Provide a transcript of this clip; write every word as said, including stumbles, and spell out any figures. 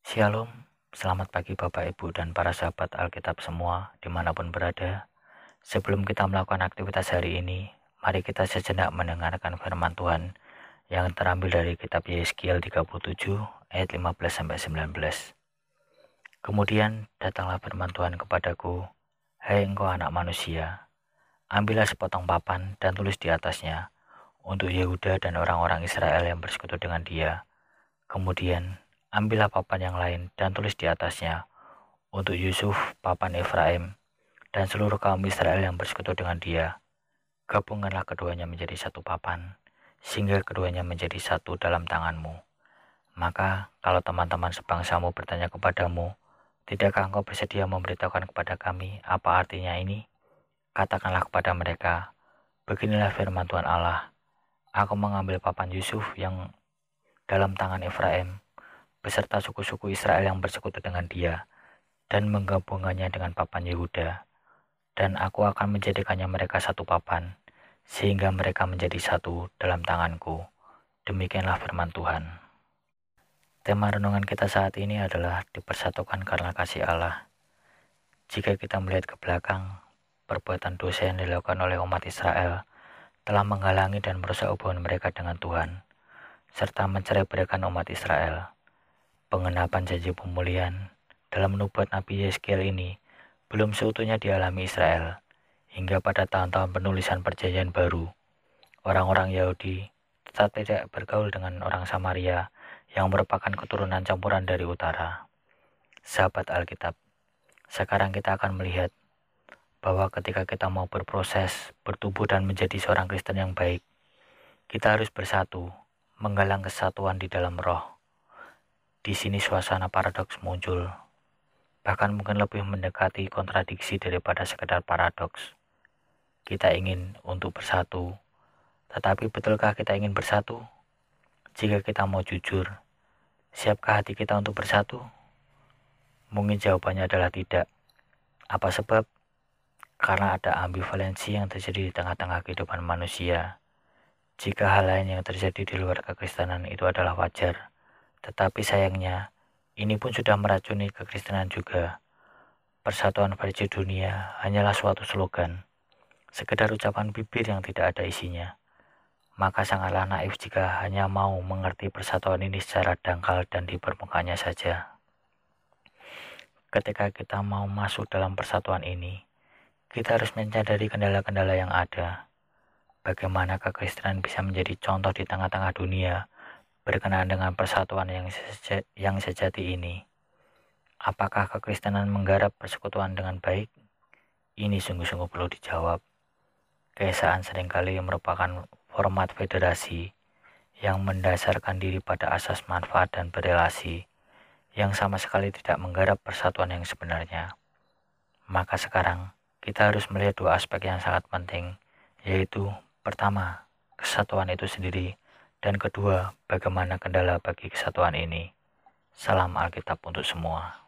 Shalom, selamat pagi Bapak Ibu dan para sahabat Alkitab semua dimanapun berada. Sebelum kita melakukan aktivitas hari ini, mari kita sejenak mendengarkan firman Tuhan yang terambil dari kitab Yeskiel tiga puluh tujuh ayat lima belas sampai sembilan belas. Kemudian datanglah firman Tuhan kepadaku, hai engkau anak manusia, ambillah sepotong papan dan tulis di atasnya untuk Yehuda dan orang-orang Israel yang bersekutu dengan dia. Kemudian ambillah papan yang lain dan tulis di atasnya untuk Yusuf, papan Efraim, dan seluruh kaum Israel yang bersekutu dengan dia. Gabungkanlah keduanya menjadi satu papan, sehingga keduanya menjadi satu dalam tanganmu. Maka kalau teman-teman sebangsamu bertanya kepadamu, tidakkah engkau bersedia memberitahukan kepada kami apa artinya ini? Katakanlah kepada mereka, beginilah firman Tuhan Allah, aku mengambil papan Yusuf yang dalam tangan Efraim, beserta suku-suku Israel yang bersekutu dengan dia, dan menggabungkannya dengan papan Yehuda. Dan aku akan menjadikannya mereka satu papan, sehingga mereka menjadi satu dalam tanganku. Demikianlah firman Tuhan. Tema renungan kita saat ini adalah dipersatukan karena kasih Allah. Jika kita melihat ke belakang, perbuatan dosa yang dilakukan oleh umat Israel telah menghalangi dan merusak hubungan mereka dengan Tuhan, serta mencerai-beraikan umat Israel. Pengenapan janji pemulihan dalam nubuat Nabi Yeskiel ini belum seutuhnya dialami Israel, hingga pada tahun-tahun penulisan perjanjian baru, orang-orang Yahudi tetap tidak bergaul dengan orang Samaria yang merupakan keturunan campuran dari utara. Sahabat Alkitab, sekarang kita akan melihat bahwa ketika kita mau berproses, bertumbuh dan menjadi seorang Kristen yang baik, kita harus bersatu, menggalang kesatuan di dalam roh. Di sini suasana paradoks muncul, bahkan mungkin lebih mendekati kontradiksi daripada sekedar paradoks. Kita ingin untuk bersatu, tetapi betulkah kita ingin bersatu? Jika kita mau jujur, siapkah hati kita untuk bersatu? Mungkin jawabannya adalah tidak. Apa sebab? Karena ada ambivalensi yang terjadi di tengah-tengah kehidupan manusia. Jika hal lain yang terjadi di luar kekristenan itu adalah wajar, tetapi sayangnya, ini pun sudah meracuni kekristenan juga. Persatuan versi dunia hanyalah suatu slogan, sekedar ucapan bibir yang tidak ada isinya. Maka sangatlah naif jika hanya mau mengerti persatuan ini secara dangkal dan di permukaannya saja. Ketika kita mau masuk dalam persatuan ini, kita harus menyadari kendala-kendala yang ada. Bagaimana kekristenan bisa menjadi contoh di tengah-tengah dunia berkenaan dengan persatuan yang, seja, yang sejati ini. Apakah kekristenan menggarap persekutuan dengan baik? Ini sungguh-sungguh perlu dijawab. Keesaan seringkali merupakan format federasi yang mendasarkan diri pada asas manfaat dan berelasi, yang sama sekali tidak menggarap persatuan yang sebenarnya. Maka sekarang kita harus melihat dua aspek yang sangat penting, yaitu pertama, kesatuan itu sendiri, dan kedua, bagaimana kendala bagi kesatuan ini. Salam Alkitab untuk semua.